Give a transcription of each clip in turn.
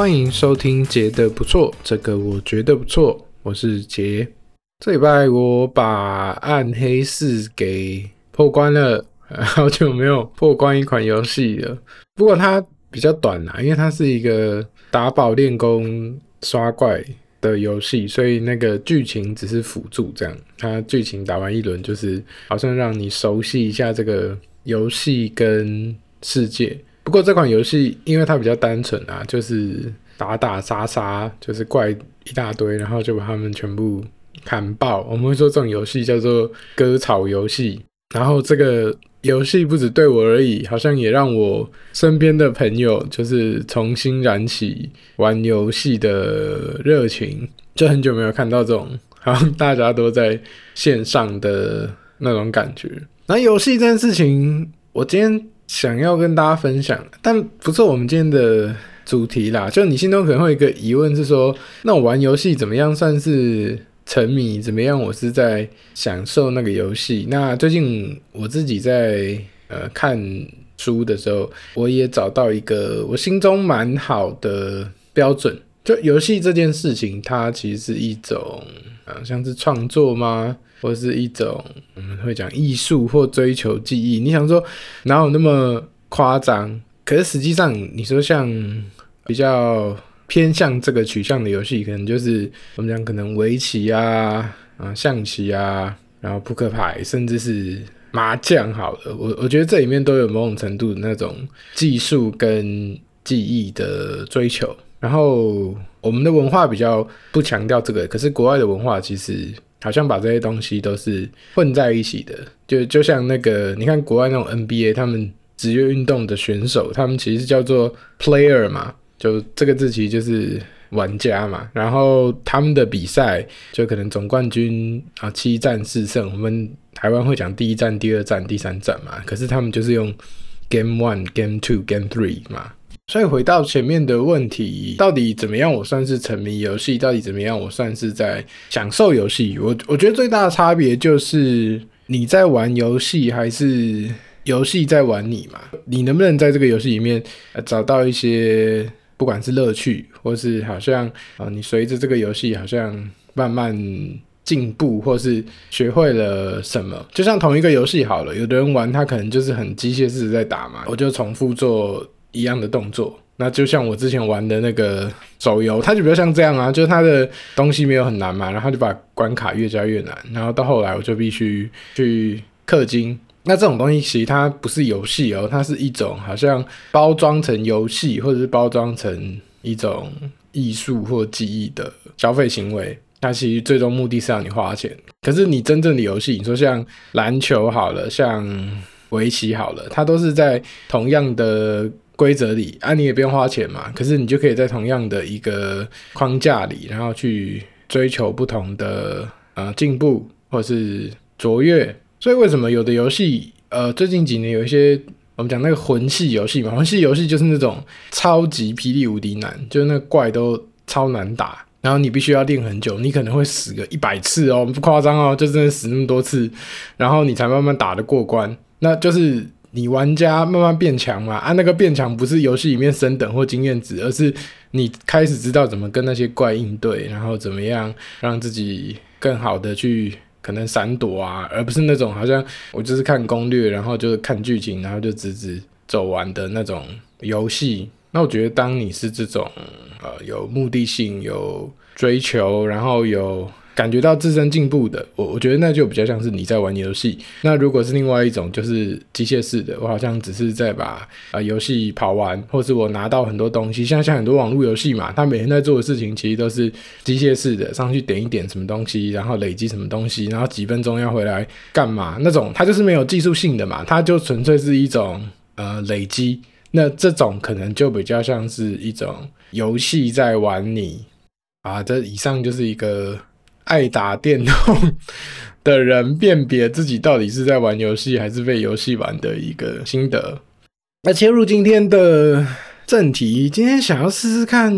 欢迎收听杰的不错，这个我觉得不错，我是杰。这礼拜我把暗黑4给破关了，好久没有破关一款游戏了。不过它比较短啦，因为它是一个打宝练功刷怪的游戏，所以那个剧情只是辅助这样。它剧情打完一轮就是好像让你熟悉一下这个游戏跟世界。不过这款游戏因为它比较单纯啊，就是打打杀杀，就是怪一大堆，然后就把他们全部砍爆。我们会说这种游戏叫做割草游戏。然后这个游戏不只对我而已，好像也让我身边的朋友就是重新燃起玩游戏的热情。就很久没有看到这种好像大家都在线上的那种感觉。那游戏这件事情，我今天想要跟大家分享，但不是我们今天的主题啦。就你心中可能会有一个疑问是说，那我玩游戏怎么样算是沉迷，怎么样我是在享受那个游戏？那最近我自己在看书的时候，我也找到一个我心中蛮好的标准。就游戏这件事情，它其实是一种像是创作吗？或是一种我们会讲艺术或追求技艺。你想说哪有那么夸张？可是实际上你说像比较偏向这个取向的游戏，可能就是我们讲可能围棋啊、象棋啊，然后扑克牌，甚至是麻将好了。我觉得这里面都有某种程度的那种技术跟技艺的追求。然后我们的文化比较不强调这个，可是国外的文化其实好像把这些东西都是混在一起的。就像那个你看国外那种 NBA， 他们职业运动的选手，他们其实是叫做 player 嘛，就这个字其实就是玩家嘛。然后他们的比赛就可能总冠军7战4胜，我们台湾会讲第一战、第二战、第三战嘛，可是他们就是用 Game 1、Game 2、Game 3嘛。所以回到前面的问题，到底怎么样我算是沉迷游戏，到底怎么样我算是在享受游戏？我觉得最大的差别就是你在玩游戏还是游戏在玩你嘛？你能不能在这个游戏里面找到一些不管是乐趣，或是好像你随着这个游戏好像慢慢进步，或是学会了什么？就像同一个游戏好了，有的人玩他可能就是很机械式的在打嘛，我就重复做一样的动作。那就像我之前玩的那个手游，它就比较像这样啊，就是它的东西没有很难嘛，然后就把关卡越加越难，然后到后来我就必须去氪金。那这种东西其实它不是游戏哦，它是一种好像包装成游戏，或者是包装成一种艺术或技艺的消费行为。它其实最终目的是让你花钱，可是你真正的游戏，你说像篮球好了，像围棋好了，它都是在同样的规则里你也不用花钱嘛，可是你就可以在同样的一个框架里，然后去追求不同的进步或是卓越。所以为什么有的游戏最近几年有一些我们讲那个魂系游戏嘛，魂系游戏就是那种超级霹雳无敌难，就是那个怪都超难打，然后你必须要练很久，你可能会死个100次哦，不夸张哦，就真的死那么多次，然后你才慢慢打得过关。那就是你玩家慢慢变强嘛，那个变强不是游戏里面升等或经验值，而是你开始知道怎么跟那些怪应对，然后怎么样让自己更好的去可能闪躲而不是那种好像我就是看攻略，然后就是看剧情，然后就直走完的那种游戏。那我觉得当你是这种有目的性、有追求，然后有感觉到自身进步的，我觉得那就比较像是你在玩游戏。那如果是另外一种就是机械式的，我好像只是在把游戏跑完，或是我拿到很多东西，像很多网络游戏嘛，他每天在做的事情其实都是机械式的，上去点一点什么东西，然后累积什么东西，然后几分钟要回来干嘛，那种它就是没有技术性的嘛，它就纯粹是一种累积。那这种可能就比较像是一种游戏在玩你这以上就是一个爱打电动的人辨别自己到底是在玩游戏还是被游戏玩的一个心得。那切入今天的正题，今天想要试试看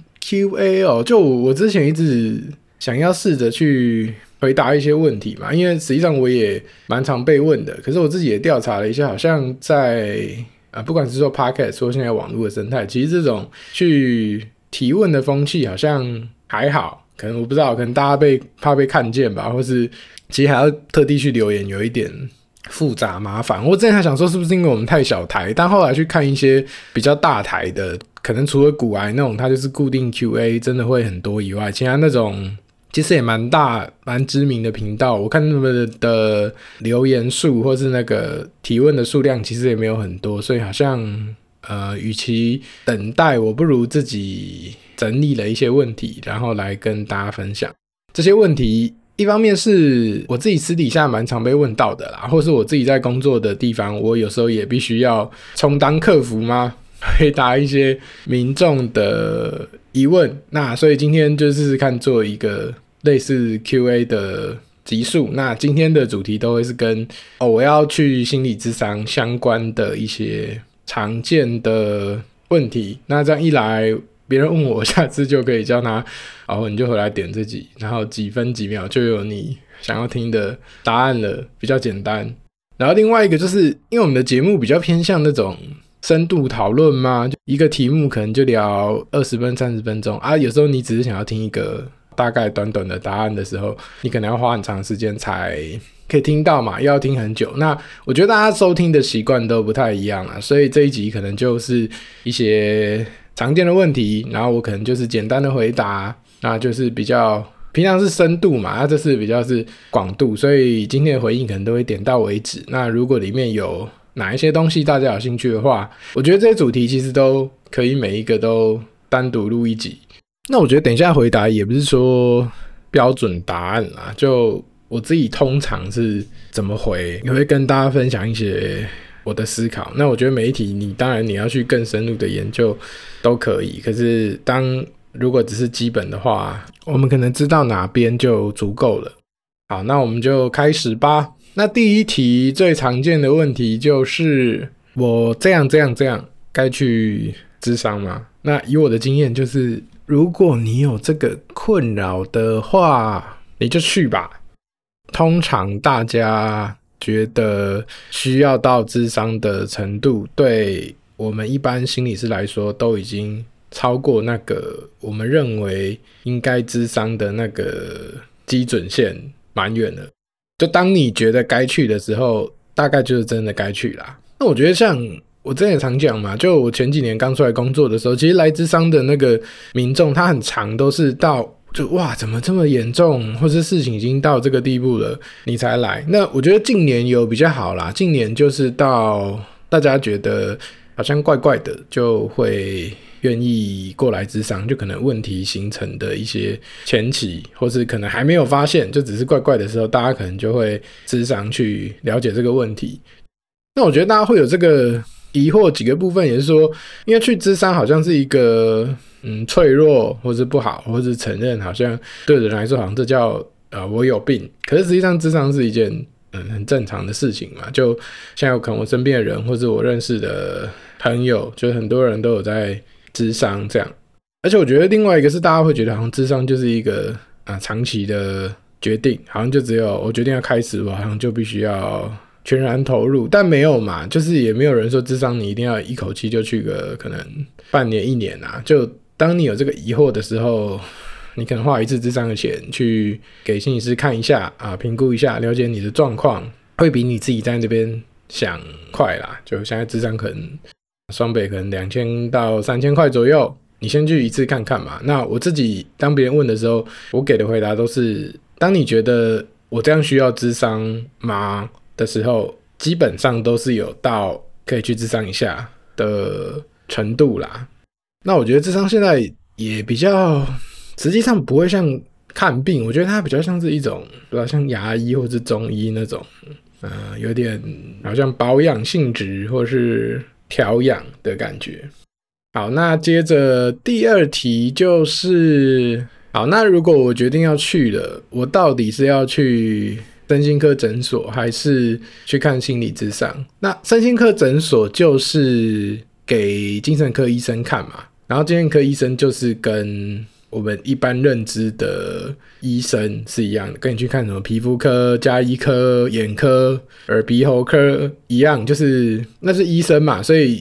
QA 就我之前一直想要试着去回答一些问题嘛，因为实际上我也蛮常被问的，可是我自己也调查了一下，好像在不管是说 Podcast 说现在网络的生态，其实这种去提问的风气好像还好，可能我不知道，可能大家怕被看见吧，或是其实还要特地去留言，有一点复杂麻烦。我之前还想说是不是因为我们太小台，但后来去看一些比较大台的，可能除了股癌那种它就是固定 QA 真的会很多以外，其他那种其实也蛮大蛮知名的频道，我看他们的留言数或是那个提问的数量其实也没有很多，所以好像与其等待，我不如自己整理了一些问题，然后来跟大家分享。这些问题一方面是我自己私底下蛮常被问到的啦，或是我自己在工作的地方，我有时候也必须要充当客服吗？回答一些民众的疑问。那所以今天就试试看做一个类似 QA 的集数。那今天的主题都会是跟我要去心理咨商相关的一些常见的问题。那这样一来，别人问我，下次就可以叫他你就回来点这集，然后几分几秒就有你想要听的答案了，比较简单。然后另外一个就是因为我们的节目比较偏向那种深度讨论嘛，就一个题目可能就聊20分30分钟啊，有时候你只是想要听一个大概短短的答案的时候，你可能要花很长时间才可以听到嘛，又要听很久。那我觉得大家收听的习惯都不太一样啊，所以这一集可能就是一些常见的问题，然后我可能就是简单的回答，那就是比较平常是深度嘛，那这是比较是广度，所以今天的回应可能都会点到为止。那如果里面有哪一些东西大家有兴趣的话，我觉得这些主题其实都可以每一个都单独录一集。那我觉得等一下回答也不是说标准答案啦，就我自己通常是怎么回，也会跟大家分享一些我的思考。那我觉得每一题当然你要去更深入的研究都可以，可是如果只是基本的话，我们可能知道哪边就足够了。好，那我们就开始吧。那第一题最常见的问题就是我这样该去咨商吗？那以我的经验就是如果你有这个困扰的话，你就去吧。通常大家觉得需要到咨商的程度，对我们一般心理师来说都已经超过那个我们认为应该咨商的那个基准线蛮远了。就当你觉得该去的时候，大概就是真的该去啦。那我觉得像我之前也常讲嘛，就我前几年刚出来工作的时候，其实来咨商的那个民众他很常都是到就哇怎么这么严重，或是事情已经到这个地步了你才来。那我觉得近年有比较好啦，近年就是到大家觉得好像怪怪的就会愿意过来咨商，就可能问题形成的一些前期，或是可能还没有发现就只是怪怪的时候，大家可能就会咨商去了解这个问题。那我觉得大家会有这个疑惑几个部分，也是说因为去咨商好像是一个脆弱或是不好，或是承认好像对人来说好像这叫我有病，可是实际上咨商是一件很正常的事情嘛。就像有可能我身边的人或是我认识的朋友，就很多人都有在咨商这样。而且我觉得另外一个是大家会觉得好像咨商就是一个长期的决定，好像就只有我决定要开始，我好像就必须要全然投入，但没有嘛，就是也没有人说咨商你一定要一口气就去个可能半年1年啊。就当你有这个疑惑的时候，你可能花一次咨商的钱去给心理师看一下评估一下，了解你的状况，会比你自己在那边想快啦。就现在咨商可能双北可能2000到3000块左右，你先去一次看看嘛。那我自己当别人问的时候，我给的回答都是当你觉得我这样需要咨商吗的时候，基本上都是有到可以去咨商一下的程度啦。那我觉得咨商现在也比较实际上不会像看病，我觉得它比较像是一种比较像牙医或是中医那种有点好像保养性质或是调养的感觉。好，那接着第二题就是好，那如果我决定要去了，我到底是要去身心科诊所还是去看心理咨商？那身心科诊所就是给精神科医生看嘛，然后精神科医生就是跟我们一般认知的医生是一样的，跟你去看什么皮肤科、家医科、眼科、耳鼻喉科一样，就是那是医生嘛，所以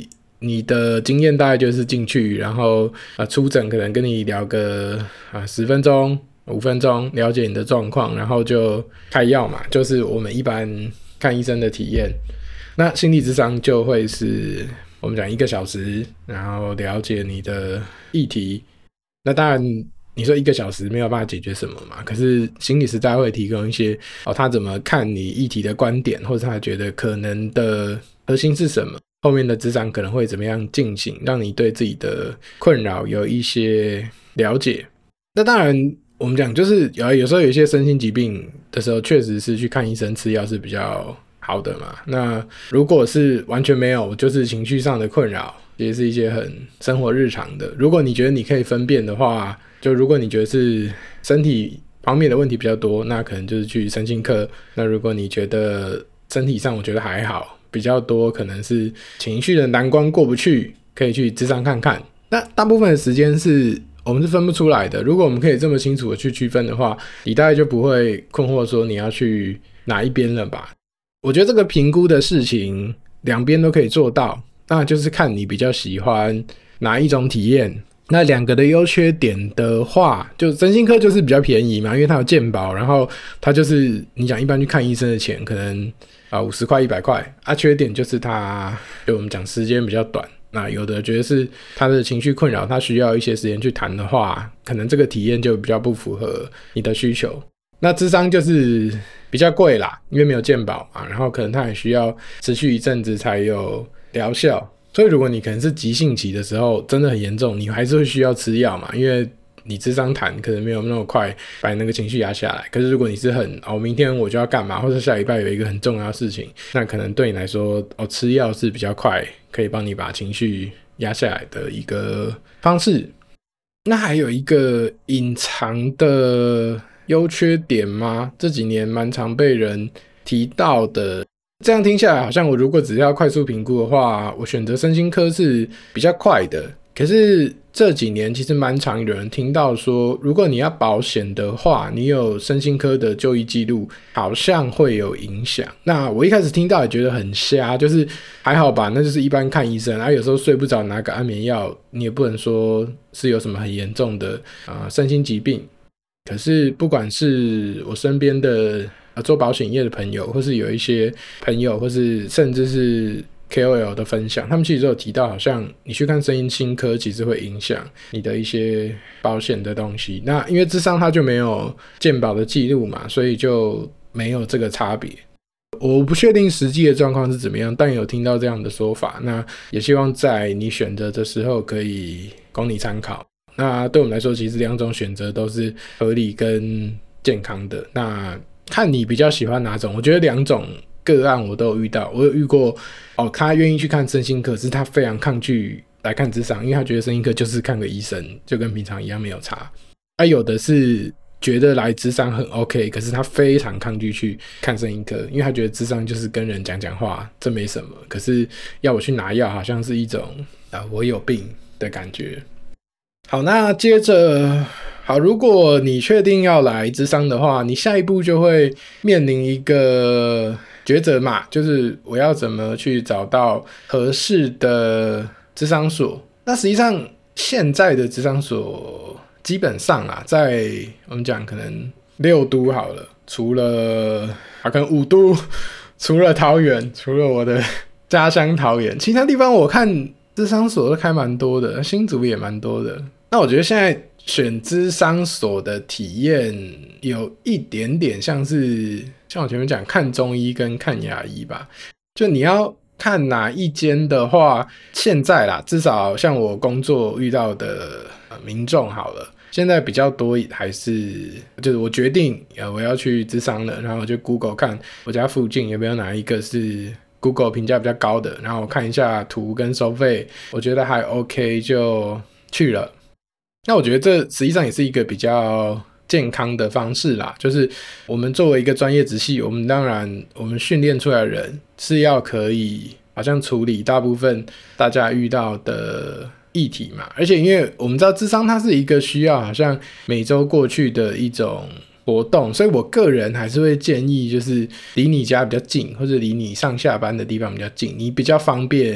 你的经验大概就是进去，然后出诊可能跟你聊个10分钟、5分钟，了解你的状况，然后就开药嘛，就是我们一般看医生的体验。那心理咨商就会是我们讲1个小时，然后了解你的议题。那当然你说1个小时没有办法解决什么嘛，可是心理师大概会提供一些他怎么看你议题的观点，或者他觉得可能的核心是什么，后面的咨商可能会怎么样进行，让你对自己的困扰有一些了解。那当然我们讲就是有时候有一些身心疾病的时候，确实是去看医生吃药是比较好的嘛。那如果是完全没有，就是情绪上的困扰，也是一些很生活日常的，如果你觉得你可以分辨的话，就如果你觉得是身体方面的问题比较多，那可能就是去身心科。那如果你觉得身体上我觉得还好，比较多可能是情绪的难关过不去，可以去咨商看看。那大部分的时间是我们是分不出来的，如果我们可以这么清楚的去区分的话，你大概就不会困惑说你要去哪一边了吧。我觉得这个评估的事情两边都可以做到，那就是看你比较喜欢哪一种体验。那2个的优缺点的话，就身心科就是比较便宜嘛，因为它有健保，然后它就是你讲一般去看医生的钱可能50块100块缺点就是它就我们讲时间比较短。那有的觉得是他的情绪困扰，他需要一些时间去谈的话，可能这个体验就比较不符合你的需求。那咨商就是比较贵啦，因为没有健保嘛，然后可能他也需要持续一阵子才有疗效。所以如果你可能是急性期的时候真的很严重，你还是会需要吃药嘛，因为你咨商谈可能没有那么快把你那个情绪压下来。可是如果你是很明天我就要干嘛，或者下礼拜有一个很重要的事情，那可能对你来说吃药是比较快可以帮你把情绪压下来的一个方式。那还有一个隐藏的优缺点吗？这几年蛮常被人提到的。这样听下来好像我如果只要快速评估的话，我选择身心科是比较快的。可是这几年其实蛮常有人听到说，如果你要保险的话，你有身心科的就医记录好像会有影响。那我一开始听到也觉得很瞎，就是还好吧，那就是一般看医生有时候睡不着拿个安眠药，你也不能说是有什么很严重的身心疾病。可是不管是我身边的做保险业的朋友，或是有一些朋友，或是甚至是 KOL 的分享，他们其实都有提到，好像你去看身心科其实会影响你的一些保险的东西。那因为諮商它就没有健保的记录嘛，所以就没有这个差别。我不确定实际的状况是怎么样，但有听到这样的说法，那也希望在你选择的时候可以供你参考。那对我们来说，其实2种选择都是合理跟健康的。那看你比较喜欢哪种，我觉得2种个案我都有遇到。我有遇过他愿意去看身心科，可是他非常抗拒来看諮商，因为他觉得身心科就是看个医生，就跟平常一样没有差。有的是觉得来諮商很 OK， 可是他非常抗拒去看身心科，因为他觉得諮商就是跟人讲讲话，这没什么。可是要我去拿药，好像是一种我有病的感觉。好，那接着如果你确定要来諮商的话，你下一步就会面临一个抉择嘛，就是我要怎么去找到合适的諮商所。那实际上现在的諮商所基本上在我们讲可能6都好了，除了可能5都，除了桃园，除了我的家乡桃园，其他地方我看諮商所都开蛮多的，新竹也蛮多的。那我觉得现在选諮商所的体验有一点点像是我前面讲看中医跟看牙医吧，就你要看哪一间的话，现在啦，至少像我工作遇到的民众好了，现在比较多还是就是我决定我要去諮商了，然后我就 Google 看我家附近有没有哪一个是 Google 评价比较高的，然后我看一下图跟收费，我觉得还 OK 就去了。那我觉得这实际上也是一个比较健康的方式啦，就是我们作为一个专业职系，我们当然我们训练出来的人是要可以好像处理大部分大家遇到的议题嘛，而且因为我们知道諮商它是一个需要好像每周过去的一种活动，所以我个人还是会建议就是离你家比较近，或者离你上下班的地方比较近，你比较方便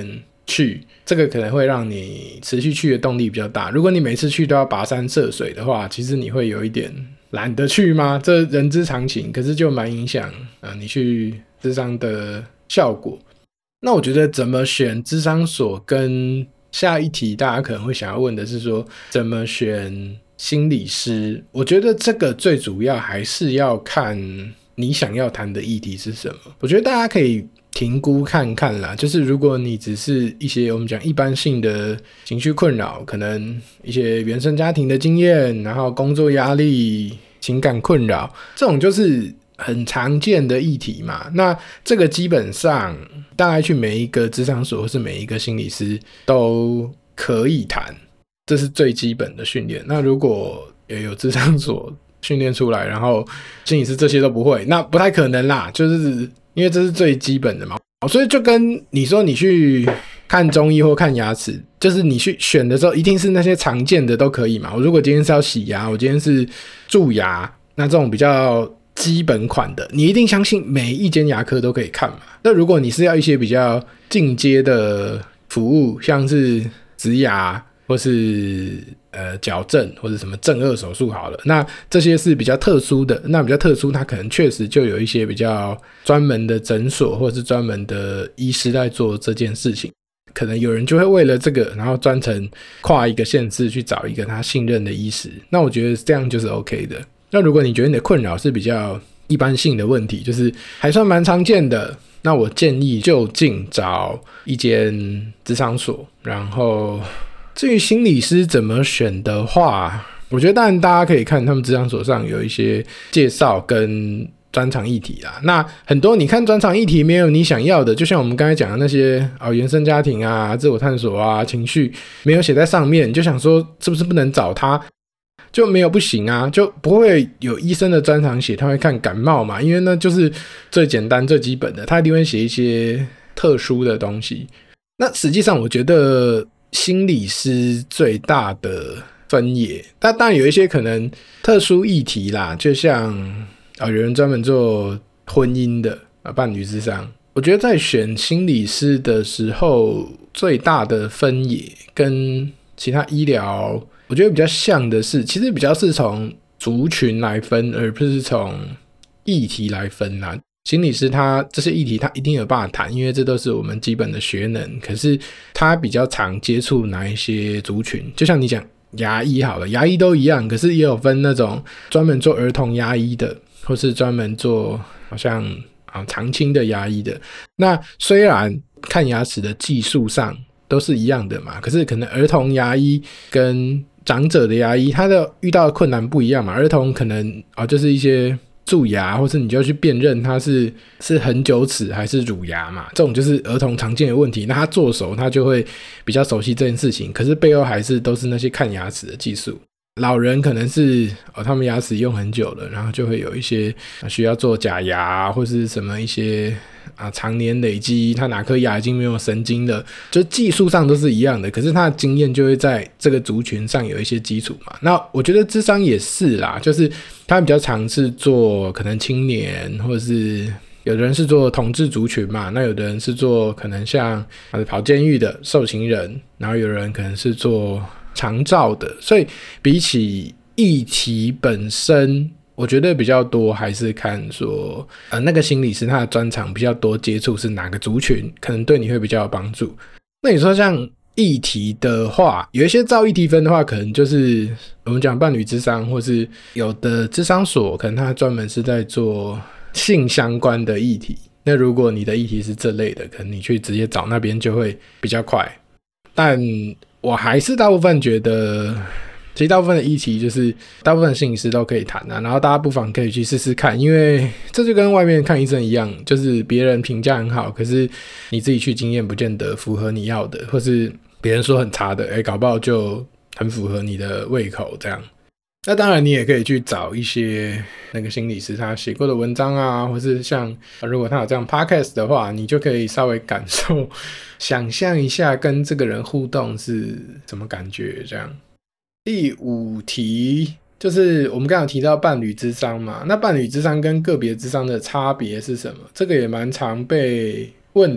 去，这个可能会让你持续去的动力比较大。如果你每次去都要跋山涉水的话，其实你会有一点懒得去吗？这人之常情，可是就蛮影响你去諮商的效果。那我觉得怎么选諮商所，跟下一题大家可能会想要问的是说怎么选心理师。我觉得这个最主要还是要看你想要谈的议题是什么。我觉得大家可以评估看看啦，就是如果你只是一些我们讲一般性的情绪困扰，可能一些原生家庭的经验，然后工作压力、情感困扰，这种就是很常见的议题嘛。那这个基本上大概去每一个諮商所或是每一个心理师都可以谈，这是最基本的训练。那如果也有諮商所训练出来，然后心理师这些都不会，那不太可能啦，就是因为这是最基本的嘛。所以就跟你说你去看中医或看牙齿，就是你去选的时候一定是那些常见的都可以嘛。我如果今天是要洗牙，我今天是蛀牙，那这种比较基本款的，你一定相信每一间牙科都可以看嘛。那如果你是要一些比较进阶的服务，像是植牙或是矫正或者什么正颌手术好了，那这些是比较特殊的。那比较特殊，它可能确实就有一些比较专门的诊所或是专门的医师在做这件事情。可能有人就会为了这个，然后专程跨一个县市去找一个他信任的医师。那我觉得这样就是 OK 的。那如果你觉得你的困扰是比较一般性的问题，就是还算蛮常见的，那我建议就近找一间諮商所。然后至于心理师怎么选的话，我觉得当然大家可以看他们諮商所上有一些介绍跟专长议题啦。那很多你看专长议题没有你想要的，就像我们刚才讲的那些原生家庭啊、自我探索啊、情绪没有写在上面，你就想说是不是不能找他？就没有不行啊，就不会有医生的专长写他会看感冒嘛，因为那就是最简单最基本的，他一定会写一些特殊的东西。那实际上我觉得心理师最大的分野，但当然有一些可能特殊议题啦，就像有人专门做婚姻的伴侣諮商。我觉得在选心理师的时候，最大的分野跟其他医疗我觉得比较像的是，其实比较是从族群来分，而不是从议题来分啦。心理师他这些议题他一定有办法谈，因为这都是我们基本的学能。可是他比较常接触哪一些族群，就像你讲牙医好了，牙医都一样，可是也有分那种专门做儿童牙医的，或是专门做好像长青的牙医的。那虽然看牙齿的技术上都是一样的嘛，可是可能儿童牙医跟长者的牙医他的遇到的困难不一样嘛。儿童可能就是一些蛀牙，或是你就要去辨认它是恒久齿还是乳牙嘛，这种就是儿童常见的问题。那他做熟他就会比较熟悉这件事情，可是背后还是都是那些看牙齿的技术。老人可能是他们牙齿用很久了，然后就会有一些需要做假牙，或是什么一些常年累积，他哪颗牙已经没有神经了，就技术上都是一样的，可是他的经验就会在这个族群上有一些基础嘛。那我觉得諮商也是啦，就是他比较常是做可能青年，或者是有的人是做同志族群嘛，那有的人是做可能像跑监狱的受刑人，然后有人可能是做长照的。所以比起议题本身，我觉得比较多还是看说那个心理师他的专长比较多接触是哪个族群，可能对你会比较有帮助。那你说像议题的话，有一些照议题分的话，可能就是我们讲伴侣諮商，或是有的諮商所可能他专门是在做性相关的议题。那如果你的议题是这类的，可能你去直接找那边就会比较快。但我还是大部分觉得，其实大部分的议题就是大部分的心理师都可以谈然后大家不妨可以去试试看，因为这就跟外面看医生一样，就是别人评价很好，可是你自己去经验不见得符合你要的，或是别人说很差的，搞不好就很符合你的胃口这样。那当然你也可以去找一些那个心理师他写过的文章啊，或是像如果他有这样 podcast 的话，你就可以稍微感受想象一下跟这个人互动是什么感觉这样。第5题就是我们刚刚有提到伴侣諮商嘛，那伴侣諮商跟个别諮商的差别是什么？这个也蛮常被问的。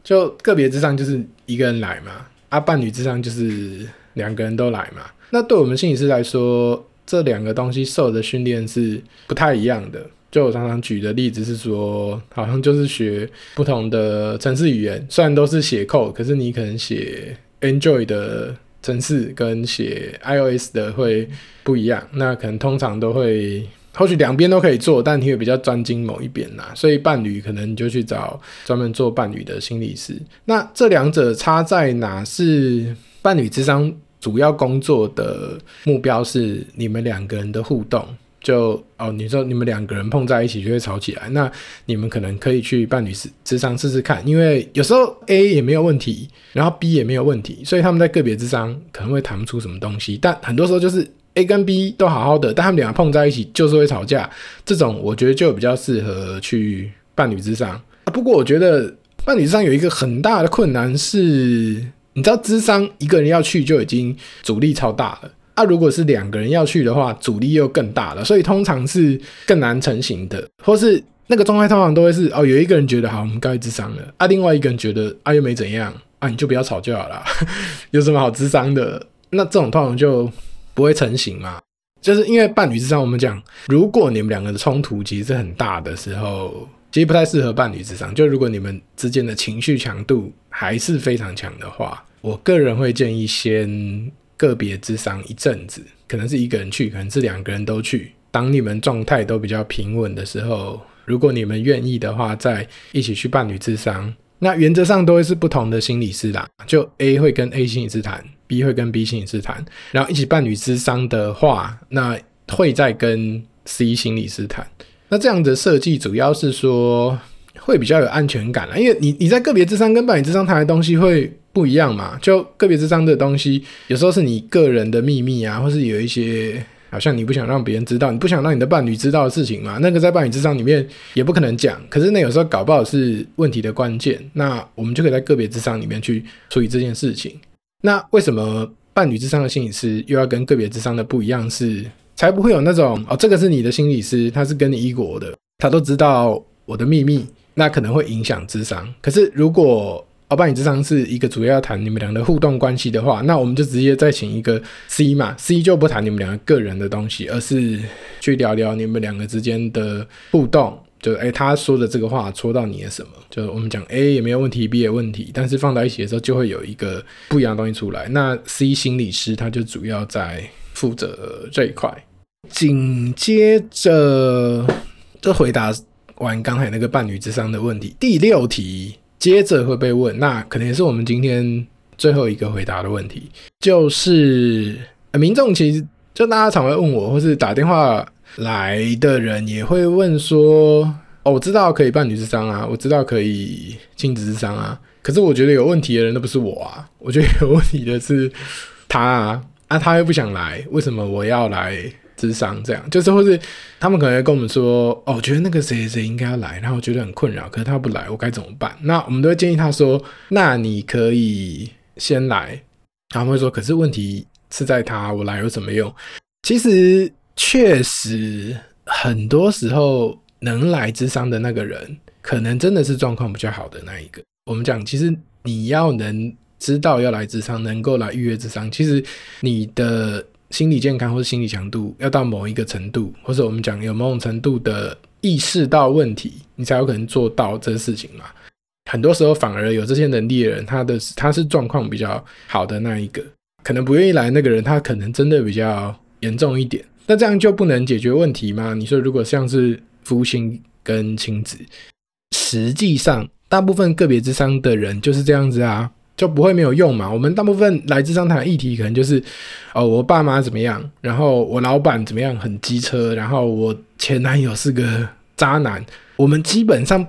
就个别諮商就是一个人来嘛，伴侣諮商就是两个人都来嘛。那对我们心理师来说，这两个东西受的训练是不太一样的。就我常常举的例子是说，好像就是学不同的程式语言，虽然都是写 code， 可是你可能写 Android 的程式跟写 iOS 的会不一样，那可能通常都会或许两边都可以做，但你会比较专精某一边啦，所以伴侣可能你就去找专门做伴侣的心理师。那这两者差在哪？是伴侣諮商主要工作的目标是你们两个人的互动，就你说你们两个人碰在一起就会吵起来，那你们可能可以去伴侣諮商试试看，因为有时候 A 也没有问题，然后 B 也没有问题，所以他们在个别諮商可能会谈不出什么东西，但很多时候就是 A 跟 B 都好好的，但他们两个碰在一起就是会吵架，这种我觉得就比较适合去伴侣諮商。不过我觉得伴侣諮商有一个很大的困难是，你知道諮商一个人要去就已经阻力超大了，如果是两个人要去的话，阻力又更大了，所以通常是更难成型的，或是那个状态通常都会是有一个人觉得好，我们该諮商了，另外一个人觉得又没怎样，你就不要吵就好了，有什么好諮商的？那这种通常就不会成型嘛。就是因为伴侣諮商，我们讲，如果你们两个的冲突其实是很大的时候，其实不太适合伴侣諮商。就如果你们之间的情绪强度还是非常强的话，我个人会建议先个别諮商一阵子，可能是一个人去，可能是两个人都去。当你们状态都比较平稳的时候，如果你们愿意的话，再一起去伴侣諮商。那原则上都会是不同的心理师啦，就 A 会跟 A 心理师谈， B 会跟 B 心理师谈，然后一起伴侣諮商的话，那会再跟 C 心理师谈。那这样的设计主要是说会比较有安全感啦，因为你在个别諮商跟伴侣諮商谈的东西会不一样嘛，就个别諮商的东西有时候是你个人的秘密啊，或是有一些好像你不想让别人知道，你不想让你的伴侣知道的事情嘛，那个在伴侣諮商里面也不可能讲，可是那有时候搞不好是问题的关键，那我们就可以在个别諮商里面去处理这件事情。那为什么伴侣諮商的心理师又要跟个别諮商的不一样，是才不会有那种这个是你的心理师，他是跟你一国的，他都知道我的秘密，那可能会影响諮商。可是如果伴侣諮商是一个主要要谈你们俩的互动关系的话，那我们就直接再请一个 C 嘛， C 就不谈你们两个个人的东西，而是去聊聊你们两个之间的互动，就他说的这个话戳到你的什么，就我们讲 A 也没有问题， B 也有问题，但是放在一起的时候就会有一个不一样的东西出来。那 C 心理师他就主要在负责这一块。紧接着就回答完刚才那个伴侣諮商的问题，第6题接着会被问，那可能也是我们今天最后一个回答的问题，就是民众其实就大家常会问我，或是打电话来的人也会问说我知道可以伴侣諮商啊，我知道可以亲子諮商啊，可是我觉得有问题的人都不是我啊，我觉得有问题的是他他又不想来，为什么我要来諮商？这样就是或是他们可能会跟我们说我觉得那个谁谁应该要来，然后我觉得很困扰，可是他不来，我该怎么办？那我们都会建议他说，那你可以先来。他们会说可是问题是在他，我来有什么用？其实确实很多时候能来諮商的那个人可能真的是状况比较好的那一个。我们讲其实你要能知道要来諮商，能够来预约諮商，其实你的心理健康或是心理强度要到某一个程度，或者我们讲有某种程度的意识到问题，你才有可能做到这事情嘛。很多时候反而有这些能力的人，他是状况比较好的那一个，可能不愿意来那个人他可能真的比较严重一点，那这样就不能解决问题吗？你说如果像是夫妻跟亲子，实际上大部分个别諮商的人就是这样子啊，就不会没有用嘛。我们大部分来諮商谈的议题可能就是我爸妈怎么样，然后我老板怎么样很机车，然后我前男友是个渣男，我们基本上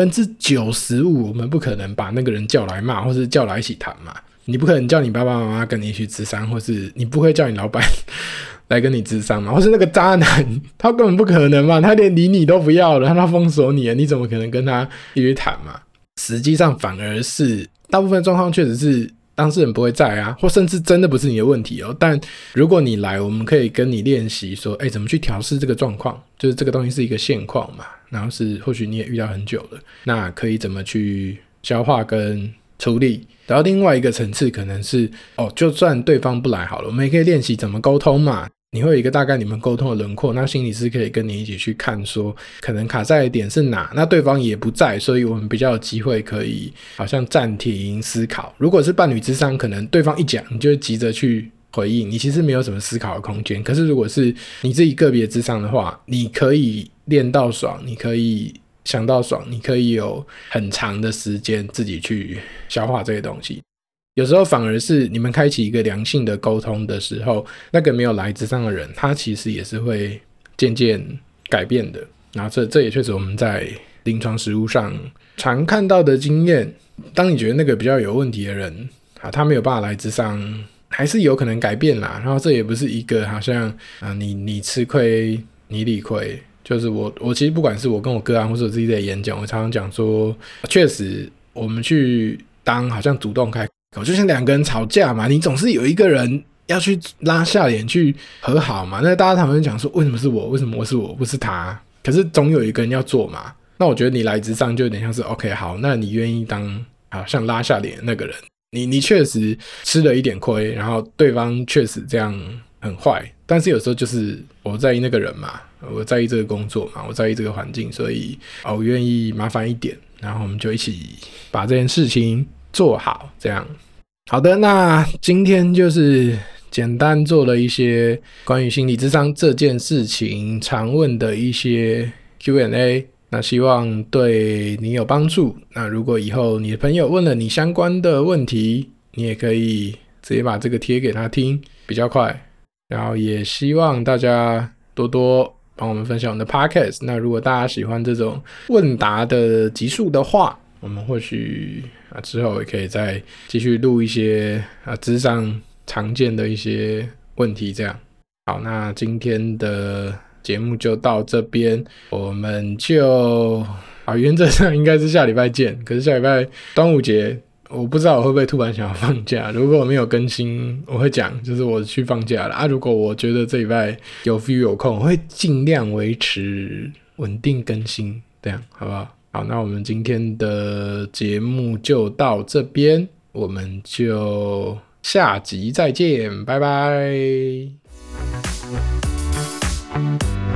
95%我们不可能把那个人叫来骂，或是叫来一起谈嘛。你不可能叫你爸爸妈妈跟你去諮商，或是你不会叫你老板来跟你諮商嘛，或是那个渣男他根本不可能嘛，他连理你都不要了，他封锁你了，你怎么可能跟他一起谈嘛？实际上反而是大部分状况确实是当事人不会在啊，或甚至真的不是你的问题但如果你来，我们可以跟你练习说怎么去调试这个状况，就是这个东西是一个现况嘛，然后是或许你也遇到很久了，那可以怎么去消化跟处理。然后另外一个层次可能是就算对方不来好了，我们也可以练习怎么沟通嘛。你会有一个大概你们沟通的轮廓，那心理师可以跟你一起去看说可能卡在的点是哪，那对方也不在，所以我们比较有机会可以好像暂停思考。如果是伴侣諮商，可能对方一讲你就会急着去回应，你其实没有什么思考的空间。可是如果是你自己个别諮商的话，你可以练到爽，你可以想到爽，你可以有很长的时间自己去消化这些东西。有时候反而是你们开启一个良性的沟通的时候，那个没有来諮商的人，他其实也是会渐渐改变的。然后这也确实我们在临床实务上常看到的经验。当你觉得那个比较有问题的人他没有办法来諮商，还是有可能改变啦。然后这也不是一个好像你吃亏你理亏，就是我其实不管是我跟我个案或是我自己在演讲，我常常讲说，确实我们去当好像主动开口，就像两个人吵架嘛，你总是有一个人要去拉下脸去和好嘛。那大家他们讲说为什么是我，为什么是我不是他，可是总有一个人要做嘛。那我觉得你来諮商就有点像是 OK 好，那你愿意当好像拉下脸的那个人，你确实吃了一点亏，然后对方确实这样很坏，但是有时候就是我在意那个人嘛，我在意这个工作嘛，我在意这个环境，所以我愿意麻烦一点，然后我们就一起把这件事情做好，这样。好的，那今天就是简单做了一些关于心理諮商这件事情常问的一些 Q&A， 那希望对你有帮助。那如果以后你的朋友问了你相关的问题，你也可以直接把这个贴给他听，比较快。然后也希望大家多多帮我们分享我们的 podcast。那如果大家喜欢这种问答的集数的话，我们或许之后也可以再继续录一些諮商常见的一些问题这样。好，那今天的节目就到这边，我们就原则上应该是下礼拜见。可是下礼拜端午节，我不知道我会不会突然想要放假。如果我没有更新，我会讲就是我去放假了如果我觉得这礼拜有 feel 有空，我会尽量维持稳定更新，这样好不好？好，那我们今天的节目就到这边，我们就下集再见，拜拜。